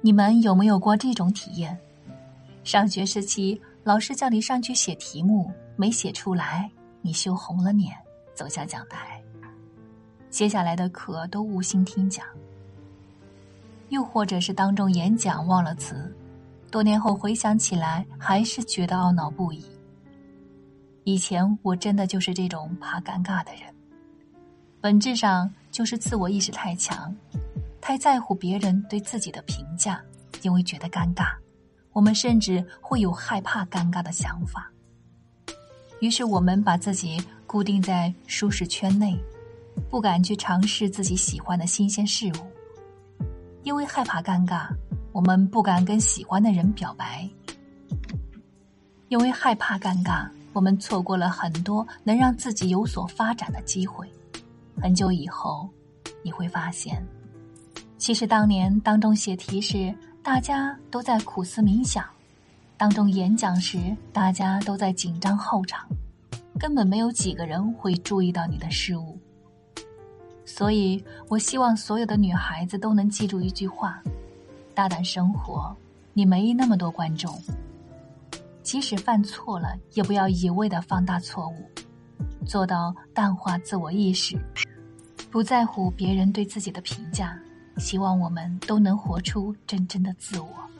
你们有没有过这种体验？上学时期，老师叫你上去写题目，没写出来，你羞红了脸，走下讲台。接下来的课都无心听讲。又或者是当众演讲忘了词，多年后回想起来，还是觉得懊恼不已。以前我真的就是这种怕尴尬的人，本质上就是自我意识太强，太在乎别人对自己的评价，因为觉得尴尬，我们甚至会有害怕尴尬的想法。于是我们把自己固定在舒适圈内，不敢去尝试自己喜欢的新鲜事物。因为害怕尴尬，我们不敢跟喜欢的人表白。因为害怕尴尬，我们错过了很多能让自己有所发展的机会。很久以后，你会发现，其实当年当众写题时，大家都在苦思冥想；当众演讲时，大家都在紧张候场，根本没有几个人会注意到你的失误。所以我希望所有的女孩子都能记住一句话：大胆生活，你没那么多观众。即使犯错了，也不要一味地放大错误，做到淡化自我意识，不在乎别人对自己的评价。希望我们都能活出真正的自我。